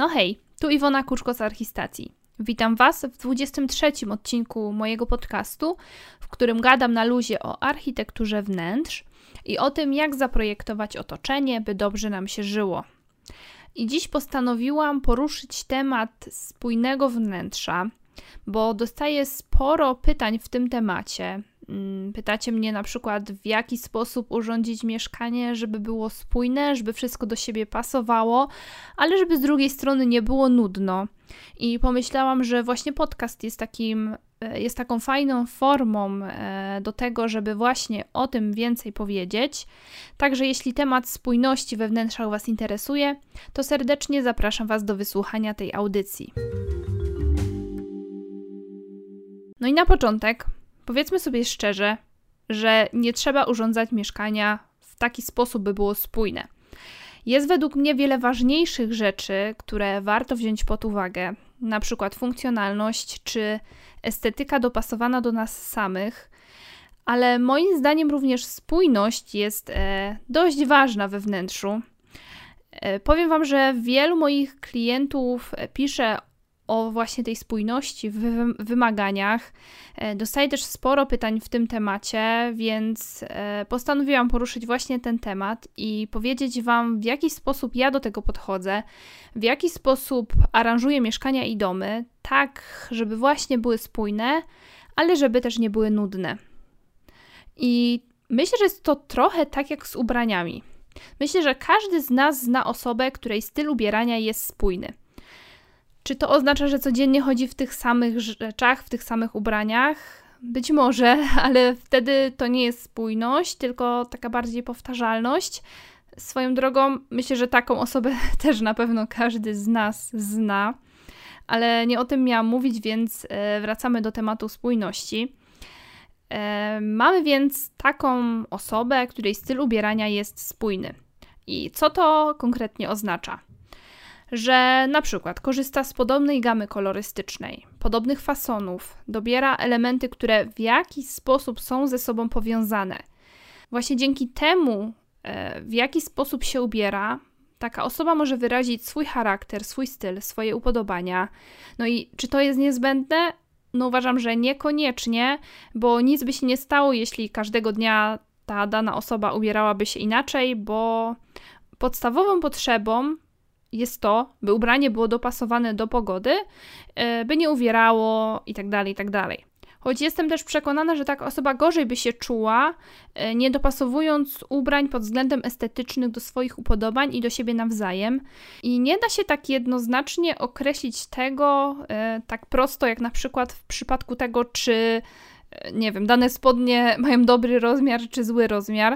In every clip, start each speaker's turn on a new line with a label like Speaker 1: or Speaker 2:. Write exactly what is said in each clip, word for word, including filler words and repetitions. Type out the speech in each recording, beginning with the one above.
Speaker 1: No hej, tu Iwona Kuczko z Archistacji. Witam Was w dwudziestym trzecim odcinku mojego podcastu, w którym gadam na luzie o architekturze wnętrz i o tym, jak zaprojektować otoczenie, by dobrze nam się żyło. I dziś postanowiłam poruszyć temat spójnego wnętrza, bo dostaję sporo pytań w tym temacie. Pytacie mnie na przykład, w jaki sposób urządzić mieszkanie, żeby było spójne, żeby wszystko do siebie pasowało, ale żeby z drugiej strony nie było nudno. I pomyślałam, że właśnie podcast jest takim, jest taką fajną formą do tego, żeby właśnie o tym więcej powiedzieć. Także jeśli temat spójności we wnętrzach Was interesuje, to serdecznie zapraszam Was do wysłuchania tej audycji. No i na początek powiedzmy sobie szczerze, że nie trzeba urządzać mieszkania w taki sposób, by było spójne. Jest według mnie wiele ważniejszych rzeczy, które warto wziąć pod uwagę, na przykład funkcjonalność czy estetyka dopasowana do nas samych, ale moim zdaniem również spójność jest e, dość ważna we wnętrzu. E, powiem Wam, że wielu moich klientów pisze o właśnie tej spójności w wymaganiach. Dostaję też sporo pytań w tym temacie, więc postanowiłam poruszyć właśnie ten temat i powiedzieć Wam, w jaki sposób ja do tego podchodzę, w jaki sposób aranżuję mieszkania i domy, tak, żeby właśnie były spójne, ale żeby też nie były nudne. I myślę, że jest to trochę tak jak z ubraniami. Myślę, że każdy z nas zna osobę, której styl ubierania jest spójny. Czy to oznacza, że codziennie chodzi w tych samych rzeczach, w tych samych ubraniach? Być może, ale wtedy to nie jest spójność, tylko taka bardziej powtarzalność. Swoją drogą myślę, że taką osobę też na pewno każdy z nas zna, ale nie o tym miałam mówić, więc wracamy do tematu spójności. Mamy więc taką osobę, której styl ubierania jest spójny. I co to konkretnie oznacza? Że na przykład korzysta z podobnej gamy kolorystycznej, podobnych fasonów, dobiera elementy, które w jakiś sposób są ze sobą powiązane. Właśnie dzięki temu, w jaki sposób się ubiera, taka osoba może wyrazić swój charakter, swój styl, swoje upodobania. No i czy to jest niezbędne? No uważam, że niekoniecznie, bo nic by się nie stało, jeśli każdego dnia ta dana osoba ubierałaby się inaczej, bo podstawową potrzebą jest to, by ubranie było dopasowane do pogody, by nie uwierało i tak dalej, i tak dalej. Choć jestem też przekonana, że taka osoba gorzej by się czuła, nie dopasowując ubrań pod względem estetycznych do swoich upodobań i do siebie nawzajem. I nie da się tak jednoznacznie określić tego tak prosto, jak na przykład w przypadku tego, czy nie wiem, dane spodnie mają dobry rozmiar, czy zły rozmiar.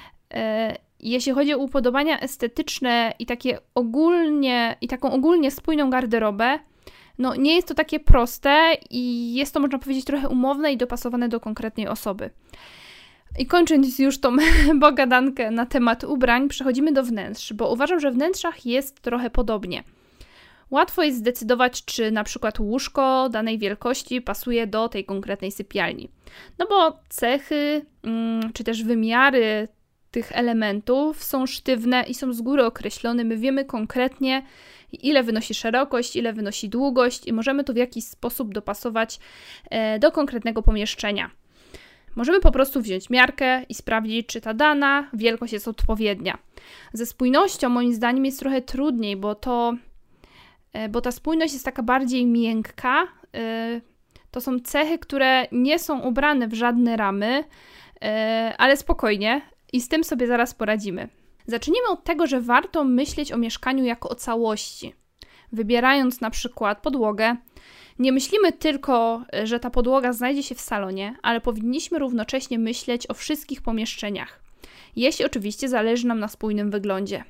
Speaker 1: Jeśli chodzi o upodobania estetyczne i takie ogólnie, i taką ogólnie spójną garderobę, no nie jest to takie proste i jest to, można powiedzieć, trochę umowne i dopasowane do konkretnej osoby. I kończąc już tą pogadankę na temat ubrań, przechodzimy do wnętrz, bo uważam, że w wnętrzach jest trochę podobnie. Łatwo jest zdecydować, czy na przykład łóżko danej wielkości pasuje do tej konkretnej sypialni. No bo cechy, czy też wymiary tych elementów są sztywne i są z góry określone. My wiemy konkretnie, ile wynosi szerokość, ile wynosi długość i możemy to w jakiś sposób dopasować do konkretnego pomieszczenia. Możemy po prostu wziąć miarkę i sprawdzić, czy ta dana wielkość jest odpowiednia. Ze spójnością moim zdaniem jest trochę trudniej, bo to, bo ta spójność jest taka bardziej miękka. To są cechy, które nie są ubrane w żadne ramy, ale spokojnie. I z tym sobie zaraz poradzimy. Zacznijmy od tego, że warto myśleć o mieszkaniu jako o całości. Wybierając na przykład podłogę, nie myślimy tylko, że ta podłoga znajdzie się w salonie, ale powinniśmy równocześnie myśleć o wszystkich pomieszczeniach. Jeśli oczywiście zależy nam na spójnym wyglądzie.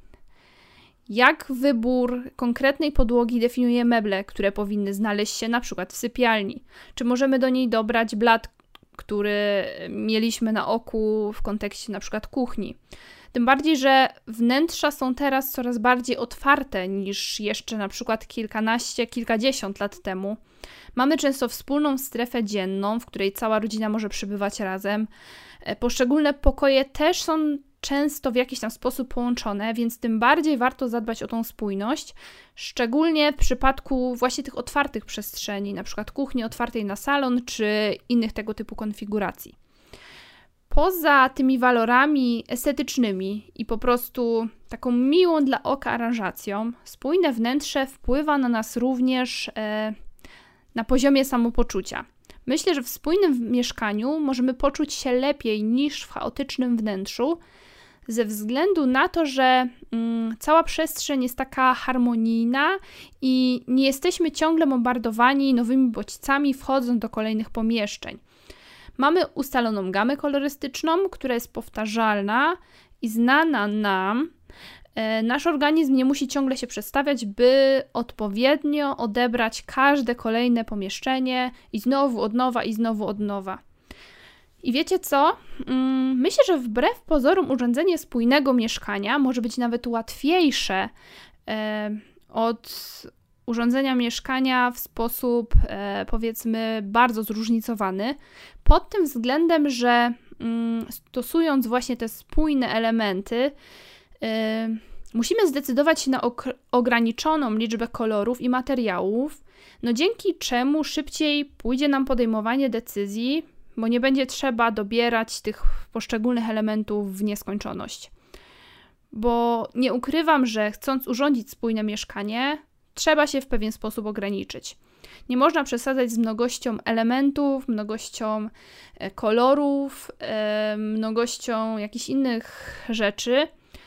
Speaker 1: Jak wybór konkretnej podłogi definiuje meble, które powinny znaleźć się na przykład w sypialni? Czy możemy do niej dobrać blat, który mieliśmy na oku w kontekście na przykład kuchni. Tym bardziej, że wnętrza są teraz coraz bardziej otwarte niż jeszcze na przykład kilkanaście, kilkadziesiąt lat temu. Mamy często wspólną strefę dzienną, w której cała rodzina może przebywać razem. Poszczególne pokoje też są często w jakiś tam sposób połączone, więc tym bardziej warto zadbać o tą spójność, szczególnie w przypadku właśnie tych otwartych przestrzeni, na przykład kuchni otwartej na salon, czy innych tego typu konfiguracji. Poza tymi walorami estetycznymi i po prostu taką miłą dla oka aranżacją, spójne wnętrze wpływa na nas również e, na poziomie samopoczucia. Myślę, że w spójnym mieszkaniu możemy poczuć się lepiej niż w chaotycznym wnętrzu, ze względu na to, że mm, cała przestrzeń jest taka harmonijna i nie jesteśmy ciągle bombardowani nowymi bodźcami wchodząc do kolejnych pomieszczeń. Mamy ustaloną gamę kolorystyczną, która jest powtarzalna i znana nam. E, nasz organizm nie musi ciągle się przestawiać, by odpowiednio odebrać każde kolejne pomieszczenie i znowu od nowa, i znowu od nowa. I wiecie co? Mm, myślę, że wbrew pozorom urządzenie spójnego mieszkania może być nawet łatwiejsze e, od urządzenia mieszkania w sposób, e, powiedzmy, bardzo zróżnicowany, pod tym względem, że mm, stosując właśnie te spójne elementy, e, musimy zdecydować się na ok- ograniczoną liczbę kolorów i materiałów, no dzięki czemu szybciej pójdzie nam podejmowanie decyzji, bo nie będzie trzeba dobierać tych poszczególnych elementów w nieskończoność. Bo nie ukrywam, że chcąc urządzić spójne mieszkanie, trzeba się w pewien sposób ograniczyć. Nie można przesadzać z mnogością elementów, mnogością kolorów, mnogością jakichś innych rzeczy,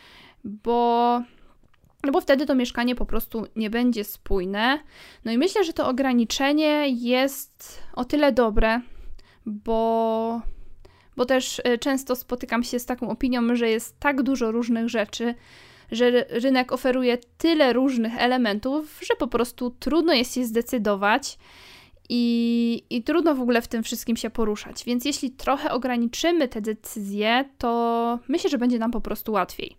Speaker 1: bo, no bo wtedy to mieszkanie po prostu nie będzie spójne. No i myślę, że to ograniczenie jest o tyle dobre, bo, bo też często spotykam się z taką opinią, że jest tak dużo różnych rzeczy, że rynek oferuje tyle różnych elementów, że po prostu trudno jest się zdecydować i, i trudno w ogóle w tym wszystkim się poruszać. Więc jeśli trochę ograniczymy te decyzje, to myślę, że będzie nam po prostu łatwiej.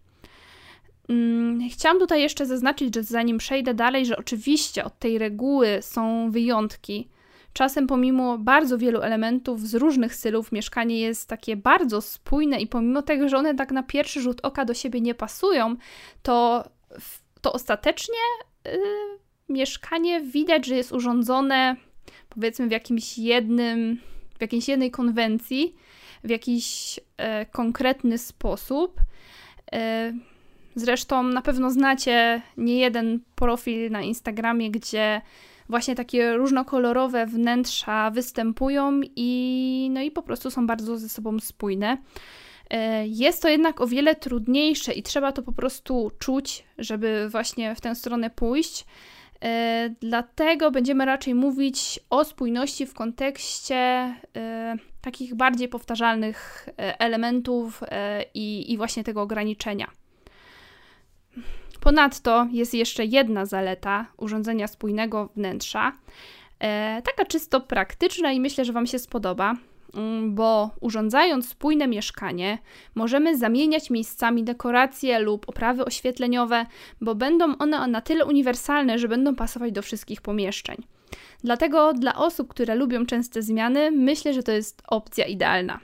Speaker 1: Hmm, chciałam tutaj jeszcze zaznaczyć, że zanim przejdę dalej, że oczywiście od tej reguły są wyjątki. Czasem pomimo bardzo wielu elementów z różnych stylów mieszkanie jest takie bardzo spójne i pomimo tego, że one tak na pierwszy rzut oka do siebie nie pasują, to, to ostatecznie yy, mieszkanie widać, że jest urządzone powiedzmy w jakimś jednym, w jakiejś jednej konwencji, w jakiś yy, konkretny sposób. Yy, zresztą na pewno znacie niejeden profil na Instagramie, gdzie właśnie takie różnokolorowe wnętrza występują i, no i po prostu są bardzo ze sobą spójne. Jest to jednak o wiele trudniejsze i trzeba to po prostu czuć, żeby właśnie w tę stronę pójść. Dlatego będziemy raczej mówić o spójności w kontekście takich bardziej powtarzalnych elementów i, i właśnie tego ograniczenia. Ponadto jest jeszcze jedna zaleta urządzenia spójnego wnętrza, e, taka czysto praktyczna i myślę, że Wam się spodoba, bo urządzając spójne mieszkanie możemy zamieniać miejscami dekoracje lub oprawy oświetleniowe, bo będą one na tyle uniwersalne, że będą pasować do wszystkich pomieszczeń. Dlatego dla osób, które lubią częste zmiany, myślę, że to jest opcja idealna.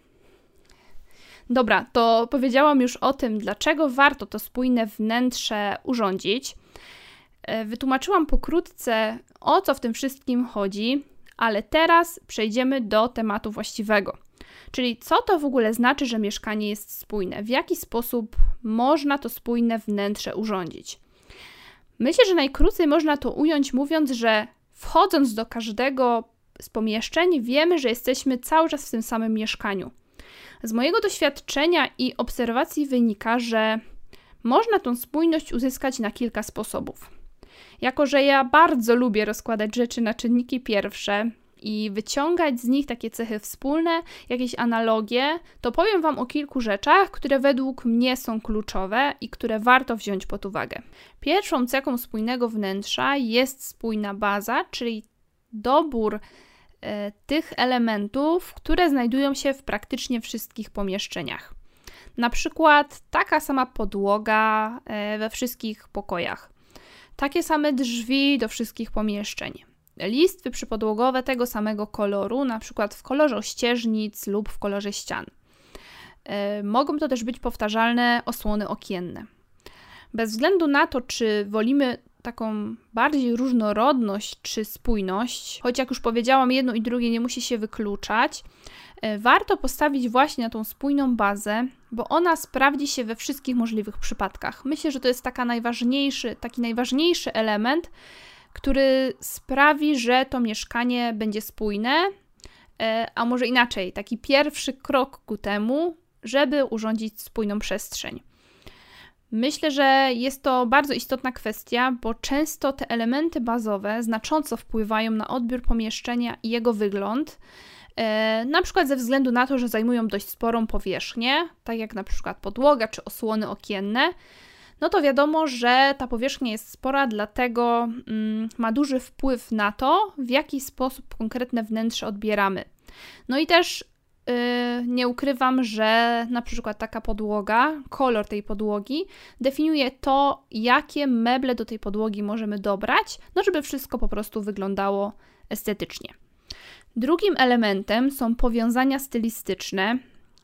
Speaker 1: Dobra, to powiedziałam już o tym, dlaczego warto to spójne wnętrze urządzić. Wytłumaczyłam pokrótce, o co w tym wszystkim chodzi, ale teraz przejdziemy do tematu właściwego. Czyli co to w ogóle znaczy, że mieszkanie jest spójne? W jaki sposób można to spójne wnętrze urządzić? Myślę, że najkrócej można to ująć mówiąc, że wchodząc do każdego z pomieszczeń wiemy, że jesteśmy cały czas w tym samym mieszkaniu. Z mojego doświadczenia i obserwacji wynika, że można tą spójność uzyskać na kilka sposobów. Jako że ja bardzo lubię rozkładać rzeczy na czynniki pierwsze i wyciągać z nich takie cechy wspólne, jakieś analogie, to powiem Wam o kilku rzeczach, które według mnie są kluczowe i które warto wziąć pod uwagę. Pierwszą cechą spójnego wnętrza jest spójna baza, czyli dobór e, tych elementów, które znajdują się w praktycznie wszystkich pomieszczeniach. Na przykład taka sama podłoga e, we wszystkich pokojach. Takie same drzwi do wszystkich pomieszczeń. Listwy przypodłogowe tego samego koloru, na przykład w kolorze ościeżnic lub w kolorze ścian. Mogą to też być powtarzalne osłony okienne. Bez względu na to, czy wolimy taką bardziej różnorodność czy spójność, choć jak już powiedziałam, jedno i drugie nie musi się wykluczać, warto postawić właśnie na tą spójną bazę, bo ona sprawdzi się we wszystkich możliwych przypadkach. Myślę, że to jest taka najważniejszy, taki najważniejszy element, który sprawi, że to mieszkanie będzie spójne, a może inaczej, taki pierwszy krok ku temu, żeby urządzić spójną przestrzeń. Myślę, że jest to bardzo istotna kwestia, bo często te elementy bazowe znacząco wpływają na odbiór pomieszczenia i jego wygląd, e, na przykład ze względu na to, że zajmują dość sporą powierzchnię, tak jak na przykład podłoga czy osłony okienne, no to wiadomo, że ta powierzchnia jest spora, dlatego mm, ma duży wpływ na to, w jaki sposób konkretne wnętrze odbieramy. No i też Yy, nie ukrywam, że na przykład taka podłoga, kolor tej podłogi definiuje to, jakie meble do tej podłogi możemy dobrać, no żeby wszystko po prostu wyglądało estetycznie. Drugim elementem są powiązania stylistyczne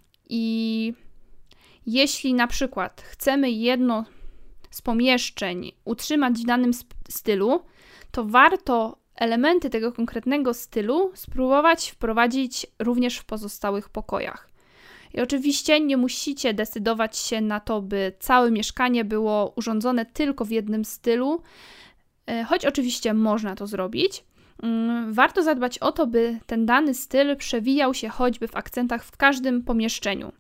Speaker 1: i jeśli na przykład chcemy jedno z pomieszczeń utrzymać w danym stylu, to warto elementy tego konkretnego stylu spróbować wprowadzić również w pozostałych pokojach. I oczywiście nie musicie decydować się na to, by całe mieszkanie było urządzone tylko w jednym stylu, choć oczywiście można to zrobić. Warto zadbać o to, by ten dany styl przewijał się choćby w akcentach w każdym pomieszczeniu.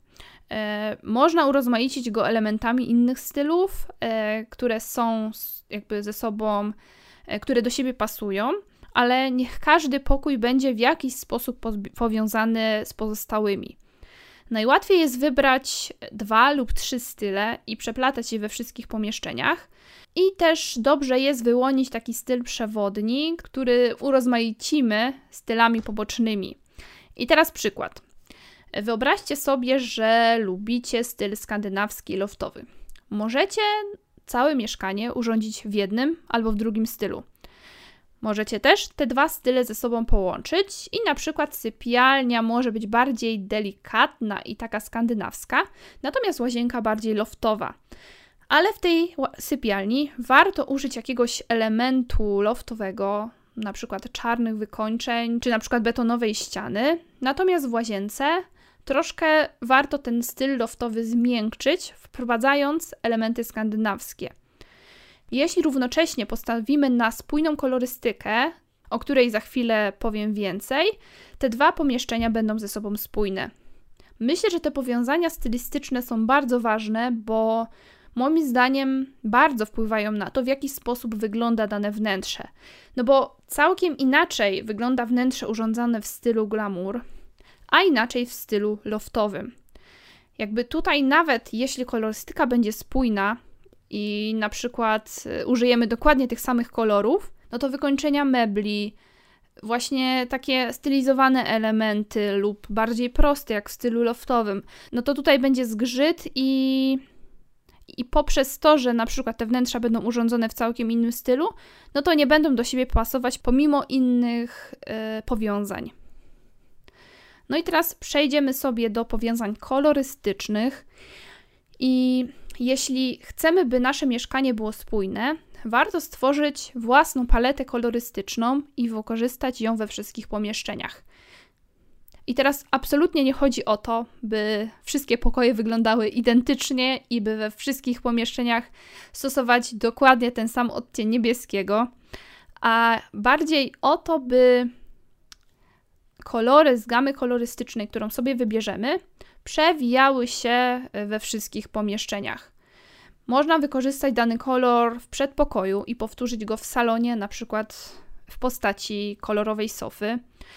Speaker 1: Można urozmaicić go elementami innych stylów, które są jakby ze sobą, które do siebie pasują, ale niech każdy pokój będzie w jakiś sposób powiązany z pozostałymi. Najłatwiej jest wybrać dwa lub trzy style i przeplatać je we wszystkich pomieszczeniach. I też dobrze jest wyłonić taki styl przewodni, który urozmaicimy stylami pobocznymi. I teraz przykład. Wyobraźcie sobie, że lubicie styl skandynawski loftowy. Możecie całe mieszkanie urządzić w jednym albo w drugim stylu. Możecie też te dwa style ze sobą połączyć i na przykład sypialnia może być bardziej delikatna i taka skandynawska, natomiast łazienka bardziej loftowa. Ale w tej sypialni warto użyć jakiegoś elementu loftowego, na przykład czarnych wykończeń, czy na przykład betonowej ściany, natomiast w łazience troszkę warto ten styl loftowy zmiękczyć, wprowadzając elementy skandynawskie. Jeśli równocześnie postawimy na spójną kolorystykę, o której za chwilę powiem więcej, te dwa pomieszczenia będą ze sobą spójne. Myślę, że te powiązania stylistyczne są bardzo ważne, bo moim zdaniem bardzo wpływają na to, w jaki sposób wygląda dane wnętrze. No bo całkiem inaczej wygląda wnętrze urządzone w stylu glamour, a inaczej w stylu loftowym. Jakby tutaj nawet jeśli kolorystyka będzie spójna i na przykład użyjemy dokładnie tych samych kolorów, no to wykończenia mebli, właśnie takie stylizowane elementy lub bardziej proste jak w stylu loftowym, no to tutaj będzie zgrzyt i, i poprzez to, że na przykład te wnętrza będą urządzone w całkiem innym stylu, no to nie będą do siebie pasować pomimo innych yy, powiązań. No i teraz przejdziemy sobie do powiązań kolorystycznych i jeśli chcemy, by nasze mieszkanie było spójne, warto stworzyć własną paletę kolorystyczną i wykorzystać ją we wszystkich pomieszczeniach. I teraz absolutnie nie chodzi o to, by wszystkie pokoje wyglądały identycznie i by we wszystkich pomieszczeniach stosować dokładnie ten sam odcień niebieskiego, a bardziej o to, by kolory z gamy kolorystycznej, którą sobie wybierzemy, przewijały się we wszystkich pomieszczeniach. Można wykorzystać dany kolor w przedpokoju i powtórzyć go w salonie, na przykład w postaci kolorowej sofy.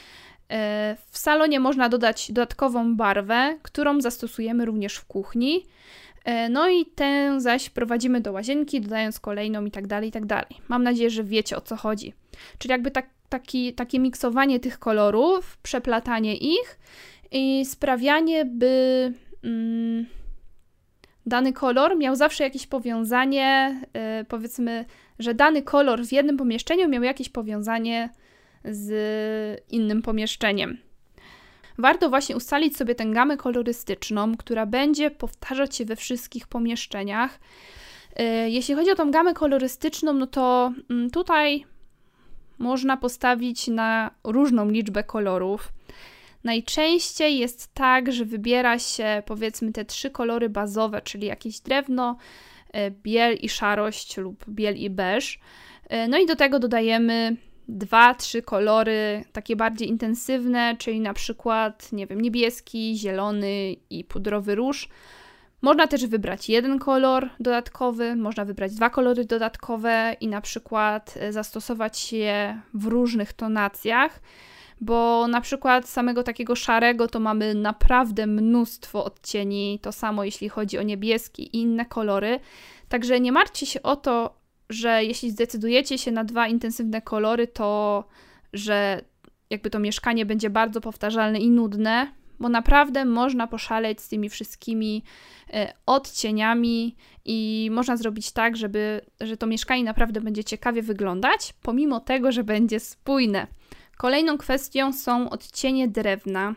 Speaker 1: W salonie można dodać dodatkową barwę, którą zastosujemy również w kuchni. No i tę zaś prowadzimy do łazienki, dodając kolejną i tak dalej, i tak dalej. Mam nadzieję, że wiecie, o co chodzi. Czyli jakby tak, taki, takie miksowanie tych kolorów, przeplatanie ich i sprawianie, by mm, dany kolor miał zawsze jakieś powiązanie, yy, powiedzmy, że dany kolor w jednym pomieszczeniu miał jakieś powiązanie z innym pomieszczeniem. warto właśnie ustalić sobie tę gamę kolorystyczną, która będzie powtarzać się we wszystkich pomieszczeniach. Jeśli chodzi o tą gamę kolorystyczną, no to tutaj można postawić na różną liczbę kolorów. Najczęściej jest tak, że wybiera się powiedzmy te trzy kolory bazowe, czyli jakieś drewno, biel i szarość lub biel i beż. No i do tego dodajemy dwa, trzy kolory takie bardziej intensywne, czyli na przykład, nie wiem, niebieski, zielony i pudrowy róż. Można też wybrać jeden kolor dodatkowy, można wybrać dwa kolory dodatkowe i na przykład zastosować je w różnych tonacjach, bo na przykład samego takiego szarego to mamy naprawdę mnóstwo odcieni, to samo jeśli chodzi o niebieski i inne kolory, także nie martwcie się o to, że jeśli zdecydujecie się na dwa intensywne kolory, to że jakby to mieszkanie będzie bardzo powtarzalne i nudne, bo naprawdę można poszaleć z tymi wszystkimi odcieniami i można zrobić tak, żeby, że to mieszkanie naprawdę będzie ciekawie wyglądać, pomimo tego, że będzie spójne. Kolejną kwestią są odcienie drewna.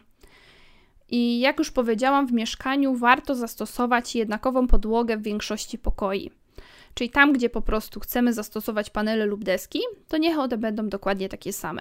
Speaker 1: I jak już powiedziałam, w mieszkaniu warto zastosować jednakową podłogę w większości pokoi. Czyli tam, gdzie po prostu chcemy zastosować panele lub deski, to niech one będą dokładnie takie same.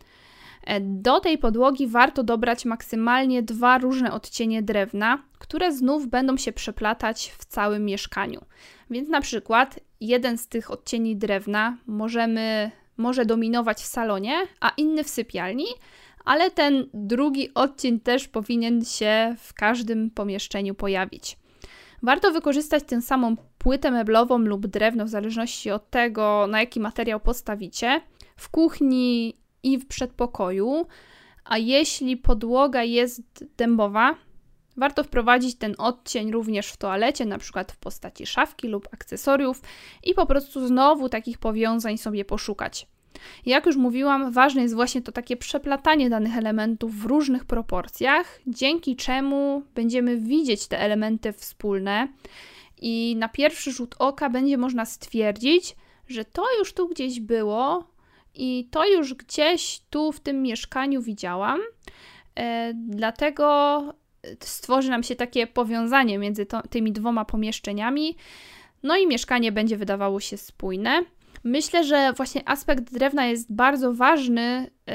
Speaker 1: Do tej podłogi warto dobrać maksymalnie dwa różne odcienie drewna, które znów będą się przeplatać w całym mieszkaniu. Więc na przykład jeden z tych odcieni drewna możemy, może dominować w salonie, a inny w sypialni, ale ten drugi odcień też powinien się w każdym pomieszczeniu pojawić. Warto wykorzystać tę samą płytę meblową lub drewno, w zależności od tego, na jaki materiał postawicie, w kuchni i w przedpokoju, a jeśli podłoga jest dębowa, warto wprowadzić ten odcień również w toalecie, na przykład w postaci szafki lub akcesoriów i po prostu znowu takich powiązań sobie poszukać. Jak już mówiłam, ważne jest właśnie to takie przeplatanie danych elementów w różnych proporcjach, dzięki czemu będziemy widzieć te elementy wspólne i na pierwszy rzut oka będzie można stwierdzić, że to już tu gdzieś było i to już gdzieś tu w tym mieszkaniu widziałam, e, dlatego stworzy nam się takie powiązanie między to, tymi dwoma pomieszczeniami, no i mieszkanie będzie wydawało się spójne. Myślę, że właśnie aspekt drewna jest bardzo ważny, yy,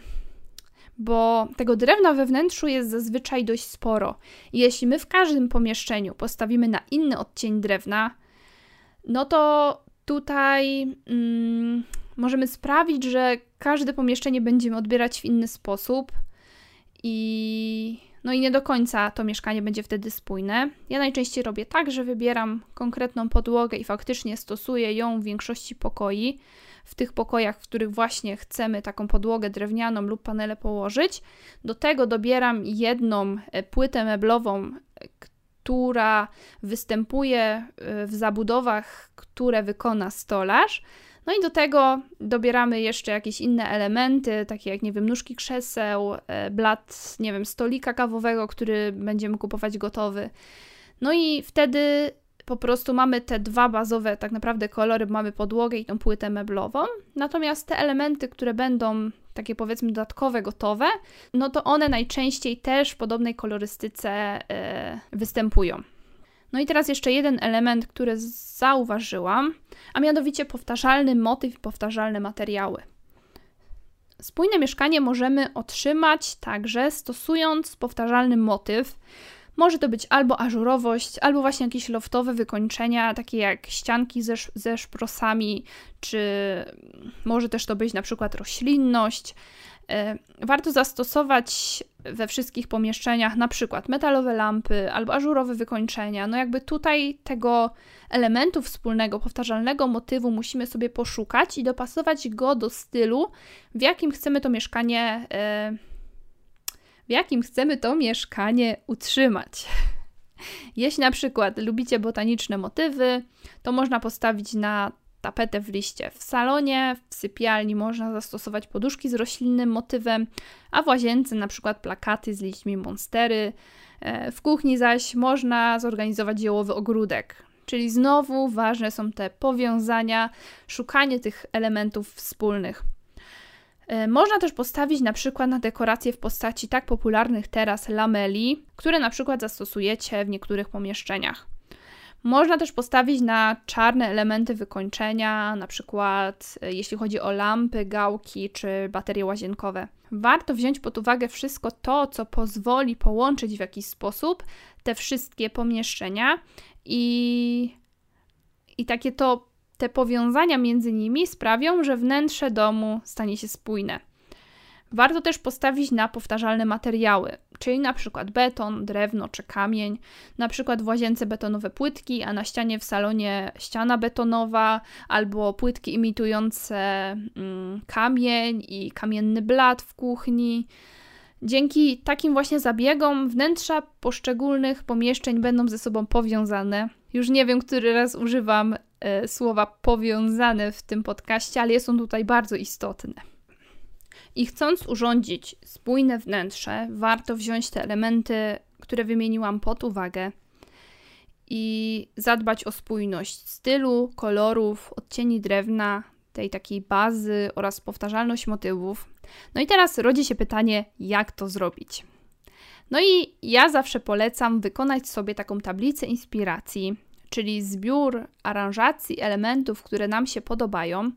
Speaker 1: bo tego drewna we wnętrzu jest zazwyczaj dość sporo. I jeśli my w każdym pomieszczeniu postawimy na inny odcień drewna, no to tutaj yy, możemy sprawić, że każde pomieszczenie będziemy odbierać w inny sposób i no i nie do końca to mieszkanie będzie wtedy spójne. Ja najczęściej robię tak, że wybieram konkretną podłogę i faktycznie stosuję ją w większości pokoi. W tych pokojach, w których właśnie chcemy taką podłogę drewnianą lub panele położyć. Do tego dobieram jedną płytę meblową, która występuje w zabudowach, które wykona stolarz. No i do tego dobieramy jeszcze jakieś inne elementy, takie jak, nie wiem, nóżki krzeseł, blat, nie wiem, stolika kawowego, który będziemy kupować gotowy. No i wtedy po prostu mamy te dwa bazowe tak naprawdę kolory, mamy podłogę i tą płytę meblową. Natomiast te elementy, które będą takie powiedzmy dodatkowe, gotowe, no to one najczęściej też w podobnej kolorystyce yy, występują. No i teraz jeszcze jeden element, który zauważyłam, a mianowicie powtarzalny motyw i powtarzalne materiały. Spójne mieszkanie możemy otrzymać także stosując powtarzalny motyw. Może to być albo ażurowość, albo właśnie jakieś loftowe wykończenia, takie jak ścianki ze, ze szprosami, czy może też to być na przykład roślinność. Warto zastosować we wszystkich pomieszczeniach na przykład metalowe lampy albo ażurowe wykończenia. No jakby tutaj tego elementu wspólnego, powtarzalnego motywu musimy sobie poszukać i dopasować go do stylu, w jakim chcemy to mieszkanie, w jakim chcemy to mieszkanie utrzymać. Jeśli na przykład lubicie botaniczne motywy, to można postawić na tapetę w liście. W salonie, w sypialni można zastosować poduszki z roślinnym motywem, a w łazience na przykład plakaty z liśćmi monstery. W kuchni zaś można zorganizować ziołowy ogródek. Czyli znowu ważne są te powiązania, szukanie tych elementów wspólnych. Można też postawić na przykład na dekoracje w postaci tak popularnych teraz lameli, które na przykład zastosujecie w niektórych pomieszczeniach. Można też postawić na czarne elementy wykończenia, na przykład jeśli chodzi o lampy, gałki czy baterie łazienkowe. Warto wziąć pod uwagę wszystko to, co pozwoli połączyć w jakiś sposób te wszystkie pomieszczenia i, i takie to, te powiązania między nimi sprawią, że wnętrze domu stanie się spójne. Warto też postawić na powtarzalne materiały, czyli na przykład beton, drewno czy kamień, na przykład w łazience betonowe płytki, a na ścianie w salonie ściana betonowa, albo płytki imitujące mm, kamień i kamienny blat w kuchni. Dzięki takim właśnie zabiegom wnętrza poszczególnych pomieszczeń będą ze sobą powiązane. Już nie wiem, który raz używam e, słowa powiązane w tym podcaście, ale jest on tutaj bardzo istotny. I chcąc urządzić spójne wnętrze, warto wziąć te elementy, które wymieniłam, pod uwagę i zadbać o spójność stylu, kolorów, odcieni drewna, tej takiej bazy oraz powtarzalność motywów. No i teraz rodzi się pytanie, jak to zrobić? No i ja zawsze polecam wykonać sobie taką tablicę inspiracji, czyli zbiór aranżacji elementów, które nam się podobają,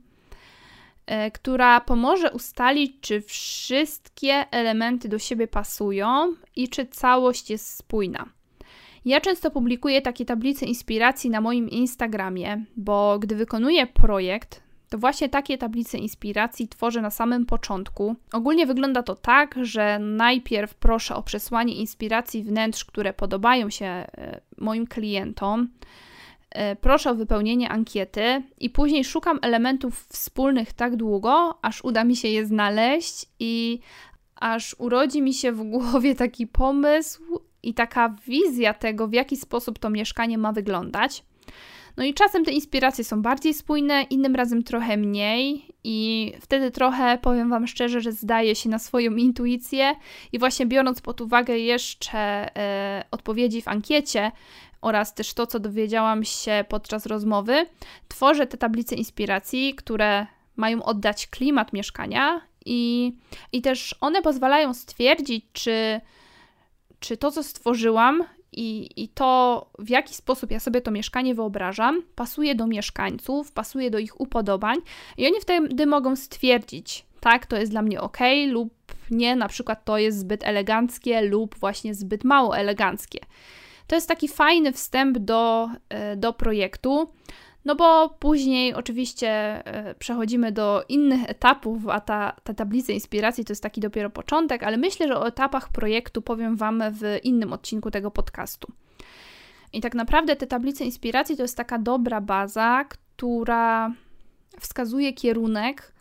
Speaker 1: która pomoże ustalić, czy wszystkie elementy do siebie pasują i czy całość jest spójna. Ja często publikuję takie tablice inspiracji na moim Instagramie, bo gdy wykonuję projekt, to właśnie takie tablice inspiracji tworzę na samym początku. Ogólnie wygląda to tak, że najpierw proszę o przesłanie inspiracji wnętrz, które podobają się moim klientom. Proszę o wypełnienie ankiety i później szukam elementów wspólnych tak długo, aż uda mi się je znaleźć i aż urodzi mi się w głowie taki pomysł i taka wizja tego, w jaki sposób to mieszkanie ma wyglądać. No i czasem te inspiracje są bardziej spójne, innym razem trochę mniej i wtedy trochę, powiem Wam szczerze, że zdaję się na swoją intuicję i właśnie biorąc pod uwagę jeszcze e, odpowiedzi w ankiecie oraz też to, co dowiedziałam się podczas rozmowy, tworzę te tablice inspiracji, które mają oddać klimat mieszkania i, i też one pozwalają stwierdzić, czy, czy to, co stworzyłam i, i to, w jaki sposób ja sobie to mieszkanie wyobrażam, pasuje do mieszkańców, pasuje do ich upodobań i oni wtedy mogą stwierdzić, tak, to jest dla mnie ok lub nie, na przykład to jest zbyt eleganckie lub właśnie zbyt mało eleganckie. To jest taki fajny wstęp do, do projektu, no bo później oczywiście przechodzimy do innych etapów, a ta, ta tablica inspiracji to jest taki dopiero początek, ale myślę, że o etapach projektu powiem Wam w innym odcinku tego podcastu. I tak naprawdę te tablice inspiracji to jest taka dobra baza, która wskazuje kierunek,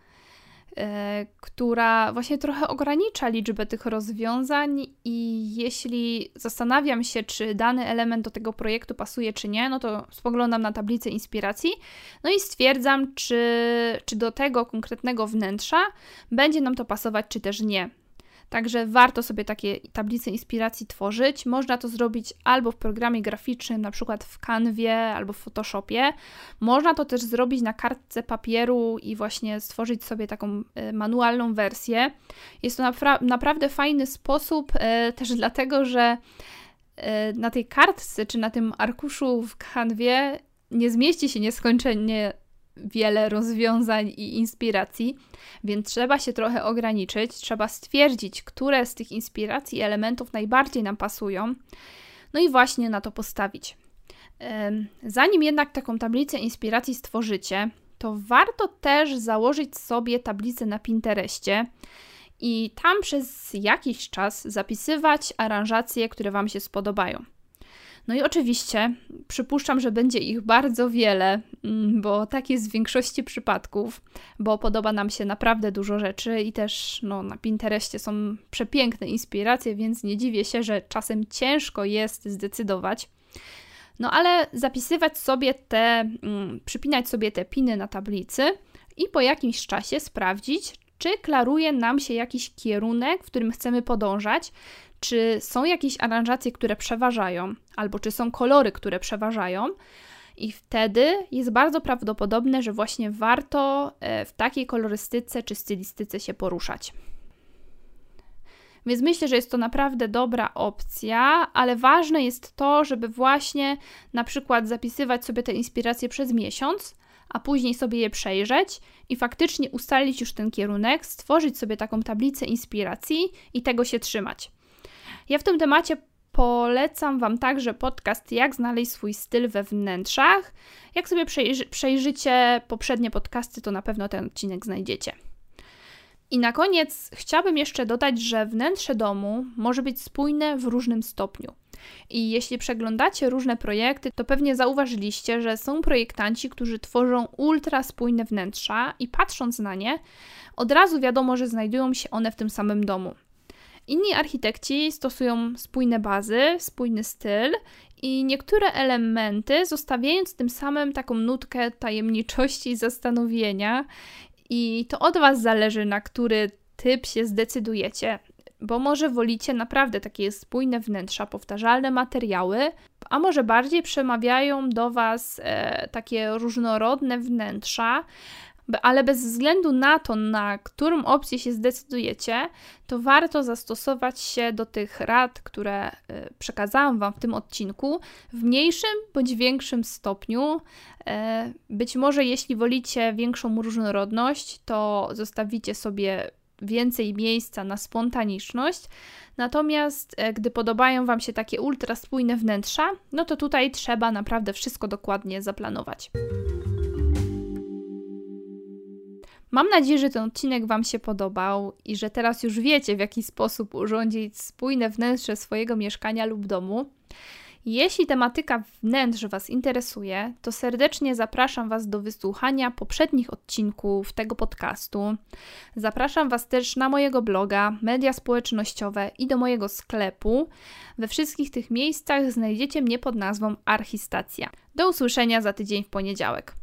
Speaker 1: która właśnie trochę ogranicza liczbę tych rozwiązań i jeśli zastanawiam się, czy dany element do tego projektu pasuje, czy nie, no to spoglądam na tablicę inspiracji, no i stwierdzam, czy, czy do tego konkretnego wnętrza będzie nam to pasować, czy też nie. Także warto sobie takie tablice inspiracji tworzyć. Można to zrobić albo w programie graficznym, na przykład w Canwie albo w Photoshopie. Można to też zrobić na kartce papieru i właśnie stworzyć sobie taką manualną wersję. Jest to napra- naprawdę fajny sposób, e, też dlatego, że e, na tej kartce czy na tym arkuszu w Canwie nie zmieści się nieskończenie wiele rozwiązań i inspiracji, więc trzeba się trochę ograniczyć, trzeba stwierdzić, które z tych inspiracji i elementów najbardziej nam pasują, no i właśnie na to postawić. Zanim jednak taką tablicę inspiracji stworzycie, to warto też założyć sobie tablicę na Pinterestie i tam przez jakiś czas zapisywać aranżacje, które Wam się spodobają. No i oczywiście przypuszczam, że będzie ich bardzo wiele, bo tak jest w większości przypadków, bo podoba nam się naprawdę dużo rzeczy i też no, na Pinterestie są przepiękne inspiracje, więc nie dziwię się, że czasem ciężko jest zdecydować. No ale zapisywać sobie te, przypinać sobie te piny na tablicy i po jakimś czasie sprawdzić, czy klaruje nam się jakiś kierunek, w którym chcemy podążać, czy są jakieś aranżacje, które przeważają, albo czy są kolory, które przeważają I wtedy jest bardzo prawdopodobne, że właśnie warto w takiej kolorystyce czy stylistyce się poruszać. Więc myślę, że jest to naprawdę dobra opcja, ale ważne jest to, żeby właśnie na przykład zapisywać sobie te inspiracje przez miesiąc, a później sobie je przejrzeć i faktycznie ustalić już ten kierunek, stworzyć sobie taką tablicę inspiracji i tego się trzymać. Ja w tym temacie polecam Wam także podcast Jak znaleźć swój styl we wnętrzach. Jak sobie przejrzy- przejrzycie poprzednie podcasty, to na pewno ten odcinek znajdziecie. I na koniec chciałabym jeszcze dodać, że wnętrze domu może być spójne w różnym stopniu. I jeśli przeglądacie różne projekty, to pewnie zauważyliście, że są projektanci, którzy tworzą ultra spójne wnętrza i patrząc na nie, od razu wiadomo, że znajdują się one w tym samym domu. Inni architekci stosują spójne bazy, spójny styl i niektóre elementy, zostawiając tym samym taką nutkę tajemniczości i zastanowienia. I to od Was zależy, na który typ się zdecydujecie, bo może wolicie naprawdę takie spójne wnętrza, powtarzalne materiały, a może bardziej przemawiają do Was e, takie różnorodne wnętrza, ale bez względu na to, na którą opcję się zdecydujecie, to warto zastosować się do tych rad, które przekazałam Wam w tym odcinku, w mniejszym bądź większym stopniu. Być może jeśli wolicie większą różnorodność, to zostawicie sobie więcej miejsca na spontaniczność, natomiast gdy podobają Wam się takie ultra spójne wnętrza, no to tutaj trzeba naprawdę wszystko dokładnie zaplanować. Mam nadzieję, że ten odcinek Wam się podobał i że teraz już wiecie, w jaki sposób urządzić spójne wnętrze swojego mieszkania lub domu. Jeśli tematyka wnętrz Was interesuje, to serdecznie zapraszam Was do wysłuchania poprzednich odcinków tego podcastu. Zapraszam Was też na mojego bloga, media społecznościowe i do mojego sklepu. We wszystkich tych miejscach znajdziecie mnie pod nazwą Archistacja. Do usłyszenia za tydzień w poniedziałek.